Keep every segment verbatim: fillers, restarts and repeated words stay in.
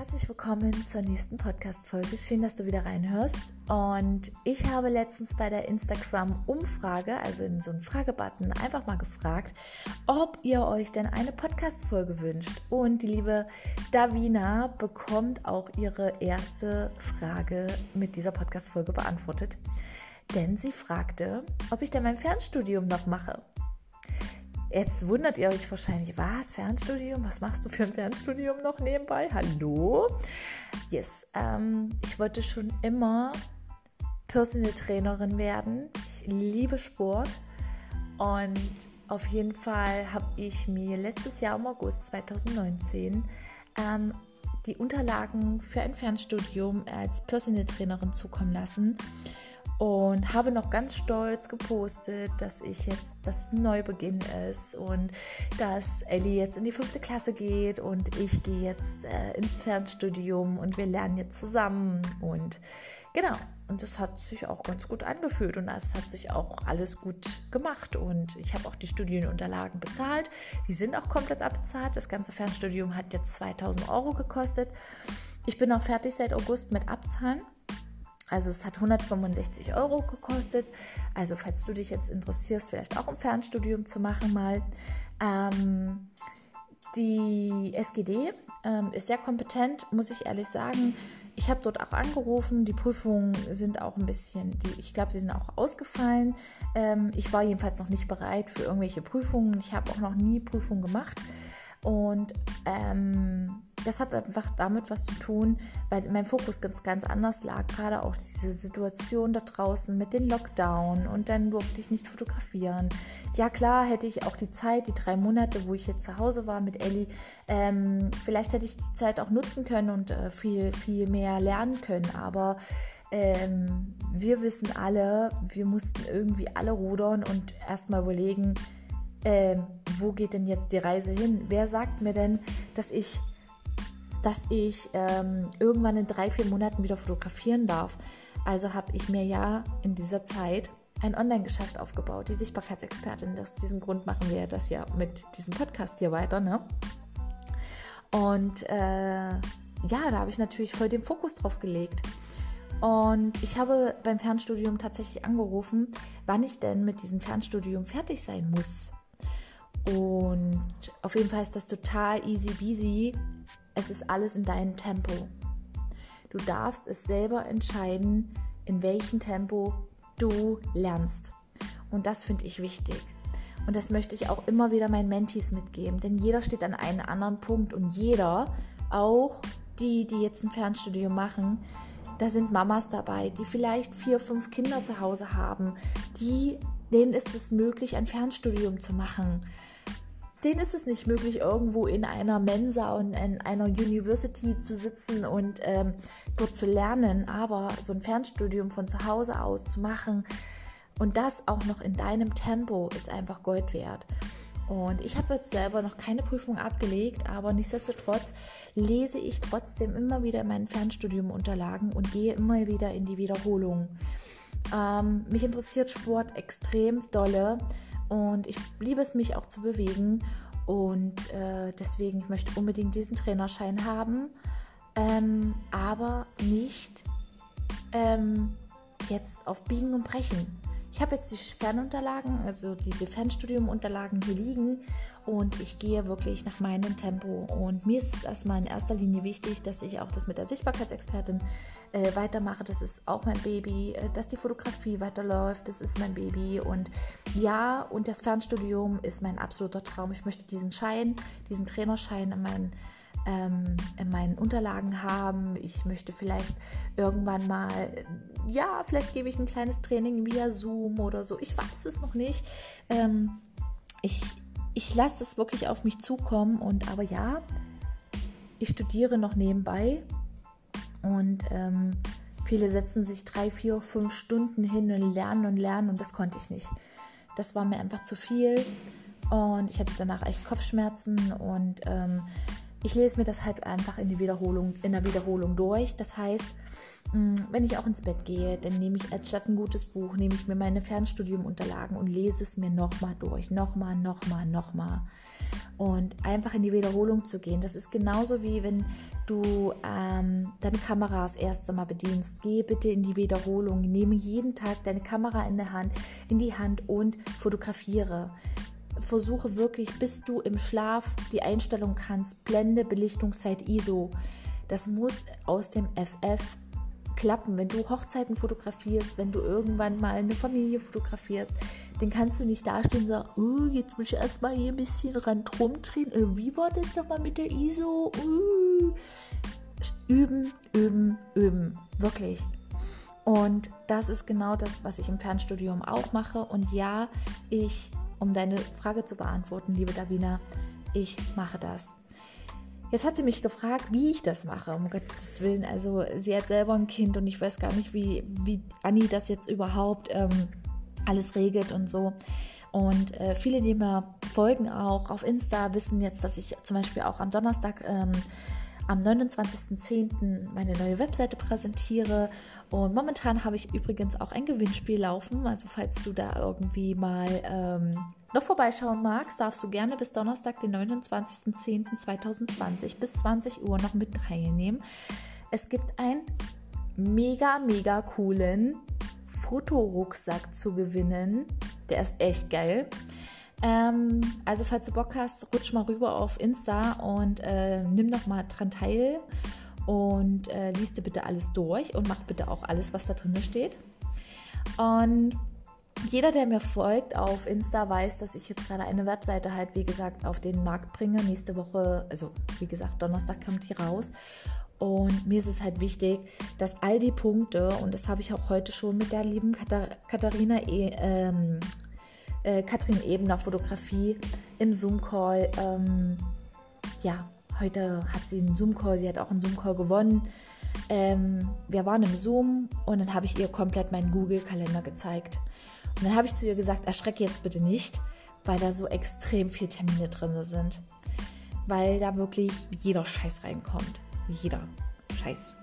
Herzlich willkommen zur nächsten Podcast-Folge. Schön, dass du wieder reinhörst. Und ich habe letztens bei der Instagram-Umfrage, also in so einem Fragebutton, einfach mal gefragt, ob ihr euch denn eine Podcast-Folge wünscht. Und die liebe Davina bekommt auch ihre erste Frage mit dieser Podcast-Folge beantwortet. Denn sie fragte, ob ich denn mein Fernstudium noch mache. Jetzt wundert ihr euch wahrscheinlich, was, Fernstudium? Was machst du für ein Fernstudium noch nebenbei? Hallo? Yes, ähm, ich wollte schon immer Personal Trainerin werden. Ich liebe Sport und auf jeden Fall habe ich mir letztes Jahr im August zweitausendneunzehn ähm, die Unterlagen für ein Fernstudium als Personal Trainerin zukommen lassen. Und habe noch ganz stolz gepostet, dass ich jetzt, dass ein Neubeginn ist und dass Ellie jetzt in die fünfte Klasse geht und ich gehe jetzt äh, ins Fernstudium und wir lernen jetzt zusammen und genau. Und das hat sich auch ganz gut angefühlt und es hat sich auch alles gut gemacht und ich habe auch die Studienunterlagen bezahlt. Die sind auch komplett abbezahlt. Das ganze Fernstudium hat jetzt zweitausend Euro gekostet. Ich bin auch fertig seit August mit Abzahlen. Also es hat hundertfünfundsechzig Euro gekostet. Also falls du dich jetzt interessierst, vielleicht auch ein Fernstudium zu machen mal. Ähm, die S G D ähm, ist sehr kompetent, muss ich ehrlich sagen. Ich habe dort auch angerufen. Die Prüfungen sind auch ein bisschen, die, ich glaube, sie sind auch ausgefallen. Ähm, ich war jedenfalls noch nicht bereit für irgendwelche Prüfungen. Ich habe auch noch nie Prüfungen gemacht. Und ähm, das hat einfach damit was zu tun, weil mein Fokus ganz, ganz anders lag. Gerade auch diese Situation da draußen mit dem Lockdown und dann durfte ich nicht fotografieren. Ja klar, hätte ich auch die Zeit, die drei Monate, wo ich jetzt zu Hause war mit Ellie, ähm, vielleicht hätte ich die Zeit auch nutzen können und äh, viel, viel mehr lernen können. Aber ähm, wir wissen alle, wir mussten irgendwie alle rudern und erstmal überlegen, ähm, wo geht denn jetzt die Reise hin? Wer sagt mir denn, dass ich dass ich ähm, irgendwann in drei, vier Monaten wieder fotografieren darf. Also habe ich mir ja in dieser Zeit ein Online-Geschäft aufgebaut, die Sichtbarkeitsexpertin. Aus diesem Grund machen wir das ja mit diesem Podcast hier weiter, ne? Und äh, ja, da habe ich natürlich voll den Fokus drauf gelegt. Und ich habe beim Fernstudium tatsächlich angerufen, wann ich denn mit diesem Fernstudium fertig sein muss. Und auf jeden Fall ist das total easy peasy. Es ist alles in deinem Tempo. Du darfst es selber entscheiden, in welchem Tempo du lernst. Und das finde ich wichtig. Und das möchte ich auch immer wieder meinen Mentees mitgeben. Denn jeder steht an einem anderen Punkt. Und jeder, auch die, die jetzt ein Fernstudium machen, da sind Mamas dabei, die vielleicht vier, fünf Kinder zu Hause haben. Die, denen ist es möglich, ein Fernstudium zu machen. Denen ist es nicht möglich, irgendwo in einer Mensa und in einer University zu sitzen und ähm, dort zu lernen, aber so ein Fernstudium von zu Hause aus zu machen und das auch noch in deinem Tempo ist einfach Gold wert. Und ich habe jetzt selber noch keine Prüfung abgelegt, aber nichtsdestotrotz lese ich trotzdem immer wieder in meinen Fernstudium-Unterlagen und gehe immer wieder in die Wiederholung. Ähm, mich interessiert Sport extrem dolle. Und ich liebe es, mich auch zu bewegen und äh, deswegen, ich möchte unbedingt diesen Trainerschein haben, ähm, aber nicht ähm, jetzt auf Biegen und Brechen. Ich habe jetzt die Fernunterlagen, also diese Fernstudiumunterlagen hier liegen und ich gehe wirklich nach meinem Tempo. Und mir ist es erstmal in erster Linie wichtig, dass ich auch das mit der Sichtbarkeitsexpertin äh, weitermache. Das ist auch mein Baby, äh, dass die Fotografie weiterläuft, das ist mein Baby. Und ja, und das Fernstudium ist mein absoluter Traum. Ich möchte diesen Schein, diesen Trainerschein in meinen Ähm, in meinen Unterlagen haben. Ich möchte vielleicht irgendwann mal, ja, vielleicht gebe ich ein kleines Training via Zoom oder so. Ich weiß es noch nicht. Ähm, ich ich lasse das wirklich auf mich zukommen. Und aber ja, ich studiere noch nebenbei und ähm, viele setzen sich drei, vier, fünf Stunden hin und lernen und lernen und das konnte ich nicht. Das war mir einfach zu viel und ich hatte danach echt Kopfschmerzen und ähm, ich lese mir das halt einfach in, die Wiederholung, in der Wiederholung durch. Das heißt, Wenn ich auch ins Bett gehe, dann nehme ich anstatt ein gutes Buch, nehme ich mir meine Fernstudiumunterlagen und lese es mir nochmal durch, nochmal, nochmal, nochmal. Und einfach in die Wiederholung zu gehen, das ist genauso wie wenn du ähm, deine Kamera das erste Mal bedienst. Geh bitte in die Wiederholung, nehme jeden Tag deine Kamera in der Hand, in die Hand und fotografiere. Versuche wirklich, bis du im Schlaf die Einstellung kannst, Blende, Belichtungszeit, I S O. Das muss aus dem F F klappen. Wenn du Hochzeiten fotografierst, wenn du irgendwann mal eine Familie fotografierst, dann kannst du nicht dastehen und sagen, oh, jetzt muss ich erstmal hier ein bisschen Rand rumdrehen. Äh, wie war das nochmal mit der I S O? Uh. Üben, üben, üben. Wirklich. Und das ist genau das, was ich im Fernstudium auch mache. Und ja, ich, um deine Frage zu beantworten, liebe Davina, ich mache das. Jetzt hat sie mich gefragt, wie ich das mache, um Gottes Willen. Also sie hat selber ein Kind und ich weiß gar nicht, wie, wie Anni das jetzt überhaupt ähm, alles regelt und so. Und äh, viele, die mir folgen auch auf Insta, wissen jetzt, dass ich zum Beispiel auch am Donnerstag, ähm, am neunundzwanzigsten zehnten meine neue Webseite präsentiere. Und momentan habe ich übrigens auch ein Gewinnspiel laufen. Also falls du da irgendwie mal ähm, noch vorbeischauen magst, darfst du gerne bis Donnerstag, den neunundzwanzigsten zehnten zweitausendzwanzig bis zwanzig Uhr noch mit teilnehmen. Es gibt einen mega, mega coolen Fotorucksack zu gewinnen. Der ist echt geil. Ähm, also falls du Bock hast, rutsch mal rüber auf Insta und äh, nimm doch mal dran teil und äh, liest dir bitte alles durch und mach bitte auch alles, was da drin steht. Und jeder, der mir folgt auf Insta, weiß, dass ich jetzt gerade eine Webseite halt, wie gesagt, auf den Markt bringe. Nächste Woche, also wie gesagt, Donnerstag kommt die raus. Und mir ist es halt wichtig, dass all die Punkte, und das habe ich auch heute schon mit der lieben Katar- Katharina e, ähm, äh, Katrin Ebener Fotografie im Zoom-Call, ähm, ja, heute hat sie einen Zoom-Call, sie hat auch einen Zoom-Call gewonnen. Ähm, wir waren im Zoom und dann habe ich ihr komplett meinen Google-Kalender gezeigt. Und dann habe ich zu ihr gesagt, erschrecke jetzt bitte nicht, weil da so extrem viele Termine drin sind. Weil da wirklich jeder Scheiß reinkommt. Jeder Scheiß.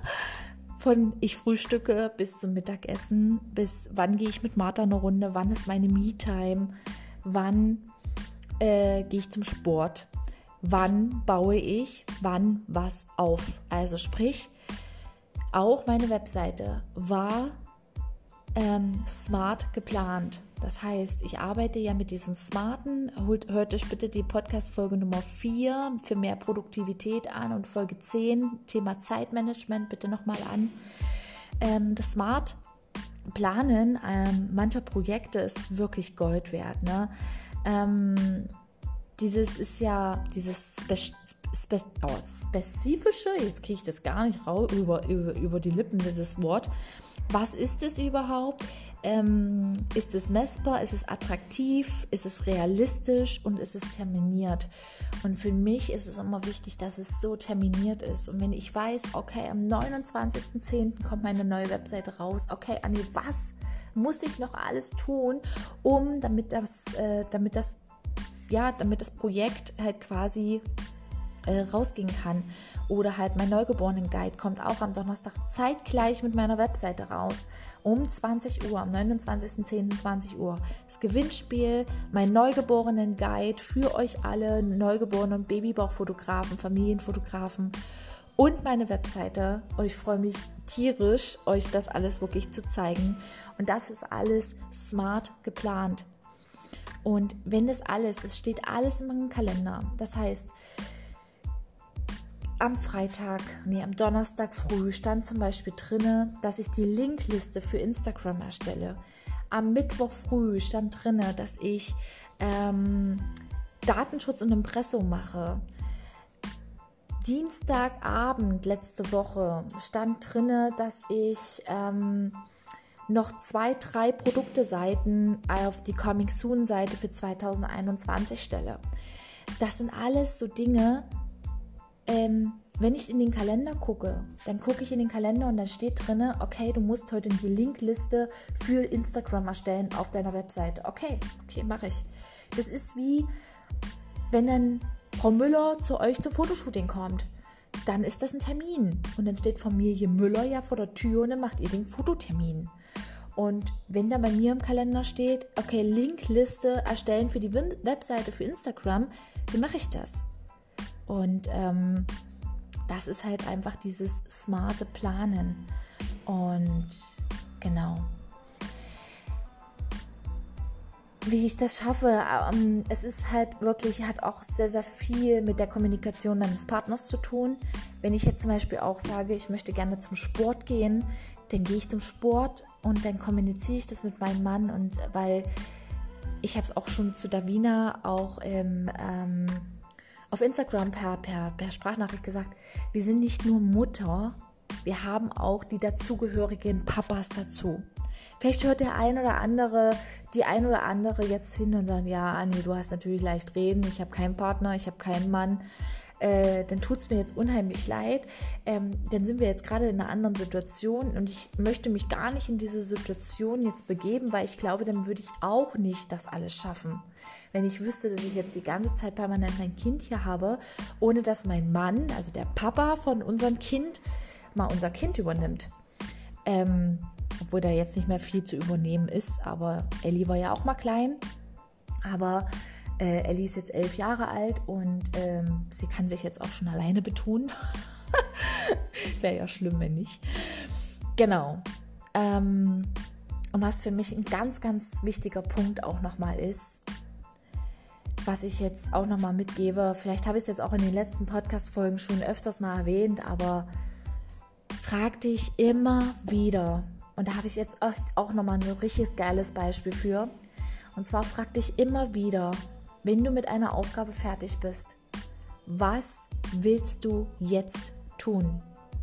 Von ich frühstücke bis zum Mittagessen, bis wann gehe ich mit Martha eine Runde, wann ist meine Me-Time, wann äh, gehe ich zum Sport, wann baue ich, wann was auf. Also sprich, auch meine Webseite war ähm, smart geplant. Das heißt, ich arbeite ja mit diesen smarten, hört, hört euch bitte die Podcast-Folge Nummer vier für mehr Produktivität an und Folge zehn, Thema Zeitmanagement, bitte nochmal an. Ähm, das Smart Planen ähm, mancher Projekte ist wirklich Gold wert. Ne? Ähm, dieses ist ja, dieses Spe- Spe- oh, spezifische, jetzt kriege ich das gar nicht raus über, über, über die Lippen, dieses Wort. Was ist es überhaupt? Ähm, ist es messbar? Ist es attraktiv? Ist es realistisch? Und ist es terminiert? Und für mich ist es immer wichtig, dass es so terminiert ist. Und wenn ich weiß, okay, am neunundzwanzigsten zehnten kommt meine neue Webseite raus, okay, Anni, was muss ich noch alles tun, um, damit das, äh, damit das, ja, damit das Projekt halt quasi äh, rausgehen kann. Oder halt mein Neugeborenen-Guide kommt auch am Donnerstag zeitgleich mit meiner Webseite raus. Um zwanzig Uhr, am neunundzwanzigsten zehnten zwanzig Uhr. Das Gewinnspiel, mein Neugeborenen-Guide für euch alle Neugeborenen- und Babybauchfotografen, Familienfotografen und meine Webseite. Und ich freue mich tierisch, euch das alles wirklich zu zeigen. Und das ist alles smart geplant. Und wenn das alles, es steht alles in meinem Kalender. Das heißt, am Freitag, nee, am Donnerstag früh stand zum Beispiel drin, dass ich die Linkliste für Instagram erstelle. Am Mittwoch früh stand drin, dass ich ähm, Datenschutz und Impressum mache. Dienstagabend letzte Woche stand drin, dass ich ähm, noch zwei, drei Produkteseiten auf die Coming Soon Seite für zweitausendeinundzwanzig stelle. Das sind alles so Dinge. Ähm, wenn ich in den Kalender gucke, dann gucke ich in den Kalender und dann steht drin, okay, du musst heute die Linkliste für Instagram erstellen auf deiner Webseite. Okay, okay, mache ich. Das ist wie, wenn dann Frau Müller zu euch zum Fotoshooting kommt. dann ist das ein Termin. Und dann steht Familie Müller ja vor der Tür und dann macht ihr den Fototermin. Und wenn da bei mir im Kalender steht, okay, Linkliste erstellen für die Webseite für Instagram, dann mache ich das. Und ähm, das ist halt einfach dieses smarte Planen. Und genau. Wie ich das schaffe, ähm, es ist halt wirklich, hat auch sehr, sehr viel mit der Kommunikation meines Partners zu tun. Wenn ich jetzt zum Beispiel auch sage, ich möchte gerne zum Sport gehen, dann gehe ich zum Sport und dann kommuniziere ich das mit meinem Mann. Und weil ich habe es auch schon zu Davina auch im, ähm, auf Instagram per, per, per Sprachnachricht gesagt, wir sind nicht nur Mutter, wir haben auch die dazugehörigen Papas dazu. Vielleicht hört der ein oder andere, die ein oder andere jetzt hin und sagt, ja, Anni, du hast natürlich leicht reden, ich habe keinen Partner, ich habe keinen Mann, äh, dann tut es mir jetzt unheimlich leid. Ähm, dann sind wir jetzt gerade in einer anderen Situation und ich möchte mich gar nicht in diese Situation jetzt begeben, weil ich glaube, dann würde ich auch nicht das alles schaffen. Wenn ich wüsste, dass ich jetzt die ganze Zeit permanent mein Kind hier habe, ohne dass mein Mann, also der Papa von unserem Kind, mal unser Kind übernimmt. Ähm, obwohl da jetzt nicht mehr viel zu übernehmen ist, aber Ellie war ja auch mal klein, aber äh, Ellie ist jetzt elf Jahre alt und ähm, sie kann sich jetzt auch schon alleine betun. Wäre ja schlimm, wenn nicht. Genau. Ähm, und was für mich ein ganz, ganz wichtiger Punkt auch nochmal ist, was ich jetzt auch nochmal mitgebe, vielleicht habe ich es jetzt auch in den letzten Podcast-Folgen schon öfters mal erwähnt, aber frag dich immer wieder, und da habe ich jetzt auch nochmal ein richtig geiles Beispiel für, und zwar frag dich immer wieder, wenn du mit einer Aufgabe fertig bist, was willst du jetzt tun?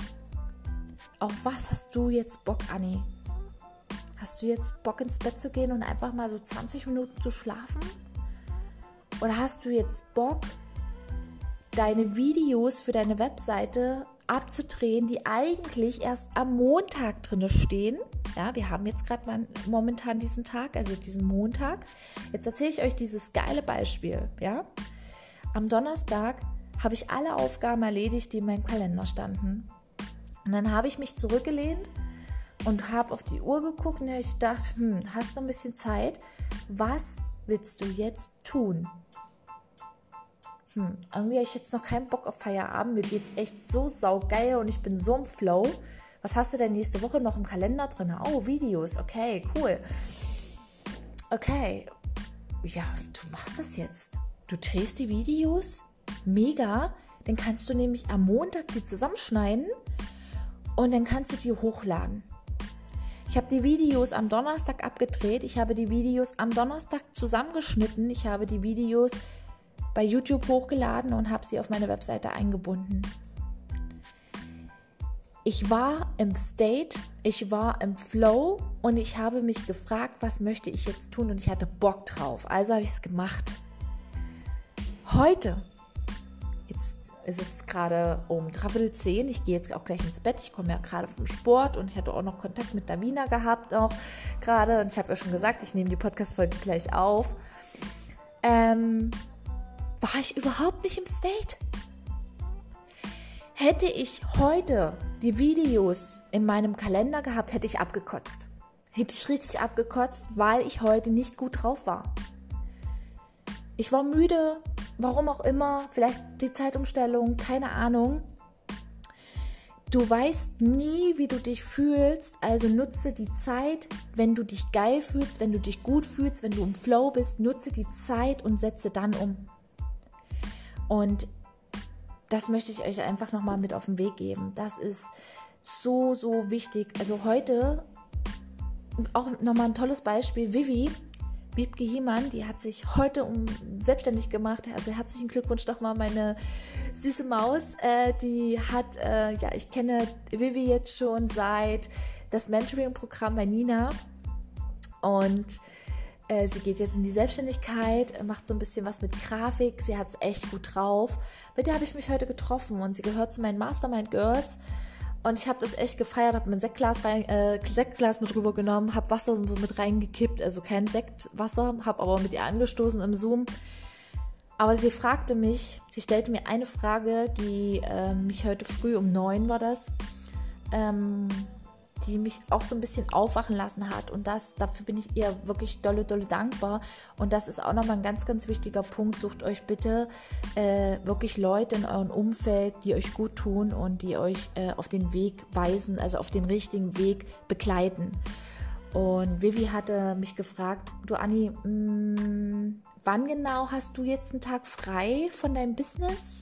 Auf was hast du jetzt Bock, Anni? Hast du jetzt Bock, ins Bett zu gehen und einfach mal so zwanzig Minuten zu schlafen? Oder hast du jetzt Bock, deine Videos für deine Webseite abzudrehen, die eigentlich erst am Montag drin stehen? Ja, wir haben jetzt gerade momentan diesen Tag, also diesen Montag. Jetzt erzähle ich euch dieses geile Beispiel. Ja? Am Donnerstag habe ich alle Aufgaben erledigt, die in meinem Kalender standen. Und dann habe ich mich zurückgelehnt und habe auf die Uhr geguckt und ich dachte, hm, hast noch ein bisschen Zeit? Was willst du jetzt tun? Hm, irgendwie habe ich jetzt noch keinen Bock auf Feierabend. Mir geht es echt so saugeil und ich bin so im Flow. Was hast du denn nächste Woche noch im Kalender drin? Oh, Videos. Okay, cool. Okay. Ja, du machst das jetzt. Du drehst die Videos. Mega. Dann kannst du nämlich am Montag die zusammenschneiden und dann kannst du die hochladen. Ich habe die Videos am Donnerstag abgedreht. Ich habe die Videos am Donnerstag zusammengeschnitten. Ich habe die Videos bei YouTube hochgeladen und habe sie auf meine Webseite eingebunden. Ich war im State, ich war im Flow und ich habe mich gefragt, was möchte ich jetzt tun, und ich hatte Bock drauf. Also habe ich es gemacht. Heute, jetzt ist es gerade um dreiviertel zehn, ich gehe jetzt auch gleich ins Bett, ich komme ja gerade vom Sport und ich hatte auch noch Kontakt mit Davina gehabt auch gerade und ich habe ja schon gesagt, ich nehme die Podcast-Folge gleich auf. Ähm... war ich überhaupt nicht im State. Hätte ich heute die Videos in meinem Kalender gehabt, hätte ich abgekotzt. Hätte ich richtig abgekotzt, weil ich heute nicht gut drauf war. Ich war müde, warum auch immer, vielleicht die Zeitumstellung, keine Ahnung. Du weißt nie, wie du dich fühlst, also nutze die Zeit, wenn du dich geil fühlst, wenn du dich gut fühlst, wenn du im Flow bist, nutze die Zeit und setze dann um. Und das möchte ich euch einfach nochmal mit auf den Weg geben. Das ist so, so wichtig. Also heute auch nochmal ein tolles Beispiel. Vivi, Wiebke Hiemann, die hat sich heute um selbstständig gemacht. Also herzlichen Glückwunsch nochmal, meine süße Maus. Äh, die hat, äh, ja, ich kenne Vivi jetzt schon seit das Mentoring-Programm bei Nina. Und sie geht jetzt in die Selbstständigkeit, macht so ein bisschen was mit Grafik, sie hat es echt gut drauf. Mit der habe ich mich heute getroffen und sie gehört zu meinen Mastermind Girls und ich habe das echt gefeiert, habe mein Sektglas, rein, äh, Sektglas mit rüber genommen, habe Wasser so mit reingekippt, also kein Sektwasser, habe aber mit ihr angestoßen im Zoom. Aber sie fragte mich, sie stellte mir eine Frage, die äh, mich heute früh um neun war das, ähm, die mich auch so ein bisschen aufwachen lassen hat. Und das, dafür bin ich ihr wirklich dolle, dolle dankbar. Und das ist auch nochmal ein ganz, ganz wichtiger Punkt. Sucht euch bitte äh, wirklich Leute in eurem Umfeld, die euch gut tun und die euch äh, auf den Weg weisen, also auf den richtigen Weg begleiten. Und Vivi hatte mich gefragt, du Anni, mh, wann genau hast du jetzt einen Tag frei von deinem Business?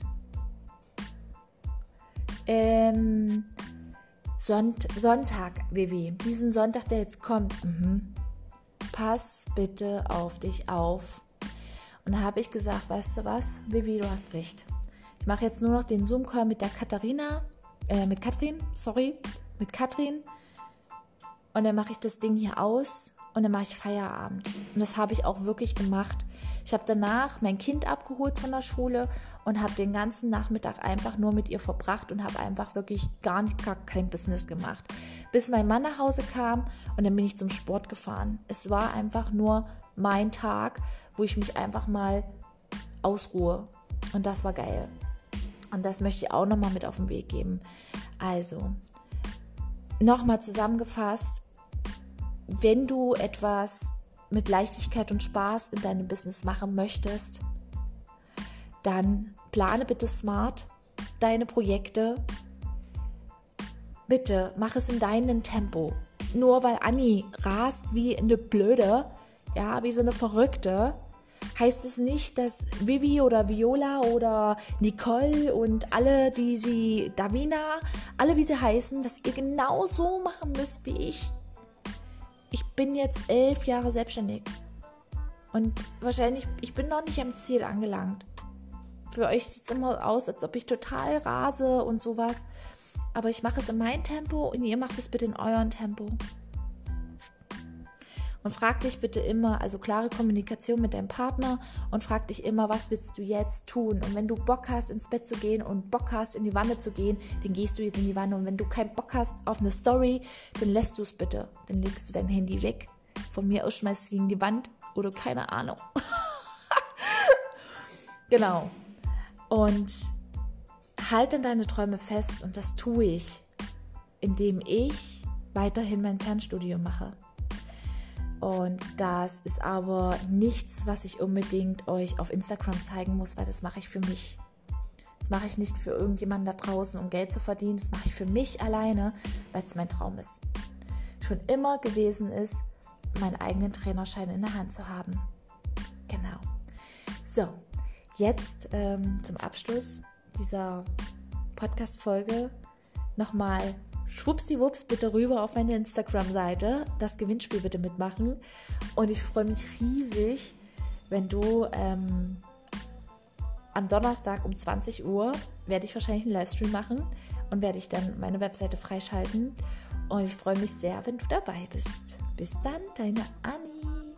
Ähm... Sonnt- Sonntag, Vivi, diesen Sonntag, der jetzt kommt, mhm. Pass bitte auf dich auf. Und da habe ich gesagt, weißt du was, Vivi, du hast recht. Ich mache jetzt nur noch den Zoom-Call mit der Katharina, äh, mit Katrin, sorry, mit Katrin. Und dann mache ich das Ding hier aus und dann mache ich Feierabend. Und das habe ich auch wirklich gemacht. Ich habe danach mein Kind abgeholt von der Schule und habe den ganzen Nachmittag einfach nur mit ihr verbracht und habe einfach wirklich gar, nicht, gar kein Business gemacht. Bis mein Mann nach Hause kam und dann bin ich zum Sport gefahren. Es war einfach nur mein Tag, wo ich mich einfach mal ausruhe. Und das war geil. Und das möchte ich auch nochmal mit auf den Weg geben. Also, nochmal zusammengefasst, wenn du etwas mit Leichtigkeit und Spaß in deinem Business machen möchtest, dann plane bitte smart deine Projekte. Bitte mach es in deinem Tempo. Nur weil Anni rast wie eine Blöde, ja, wie so eine Verrückte, heißt es nicht, dass Vivi oder Viola oder Nicole und alle, die sie, Davina, alle wie sie heißen, dass ihr genau so machen müsst wie ich. Ich bin jetzt elf Jahre selbstständig und wahrscheinlich, ich bin noch nicht am Ziel angelangt. Für euch sieht es immer aus, als ob ich total rase und sowas, aber ich mache es in meinem Tempo und ihr macht es bitte in eurem Tempo. Und frag dich bitte immer, also klare Kommunikation mit deinem Partner und frag dich immer, was willst du jetzt tun? Und wenn du Bock hast, ins Bett zu gehen und Bock hast, in die Wanne zu gehen, dann gehst du jetzt in die Wanne. Und wenn du keinen Bock hast auf eine Story, dann lässt du es bitte. Dann legst du dein Handy weg. Von mir aus schmeißt es gegen die Wand oder keine Ahnung. Genau. Und halt an deine Träume fest und das tue ich, indem ich weiterhin mein Fernstudio mache. Und das ist aber nichts, was ich unbedingt euch auf Instagram zeigen muss, weil das mache ich für mich. Das mache ich nicht für irgendjemanden da draußen, um Geld zu verdienen. Das mache ich für mich alleine, weil es mein Traum ist. Schon immer gewesen ist, meinen eigenen Trainerschein in der Hand zu haben. Genau. So, jetzt ähm, zum Abschluss dieser Podcast-Folge nochmal schwuppsiwupps bitte rüber auf meine Instagram-Seite, das Gewinnspiel bitte mitmachen und ich freue mich riesig, wenn du ähm, am Donnerstag um zwanzig Uhr werde ich wahrscheinlich einen Livestream machen und werde ich dann meine Webseite freischalten und ich freue mich sehr, wenn du dabei bist. Bis dann, deine Anni.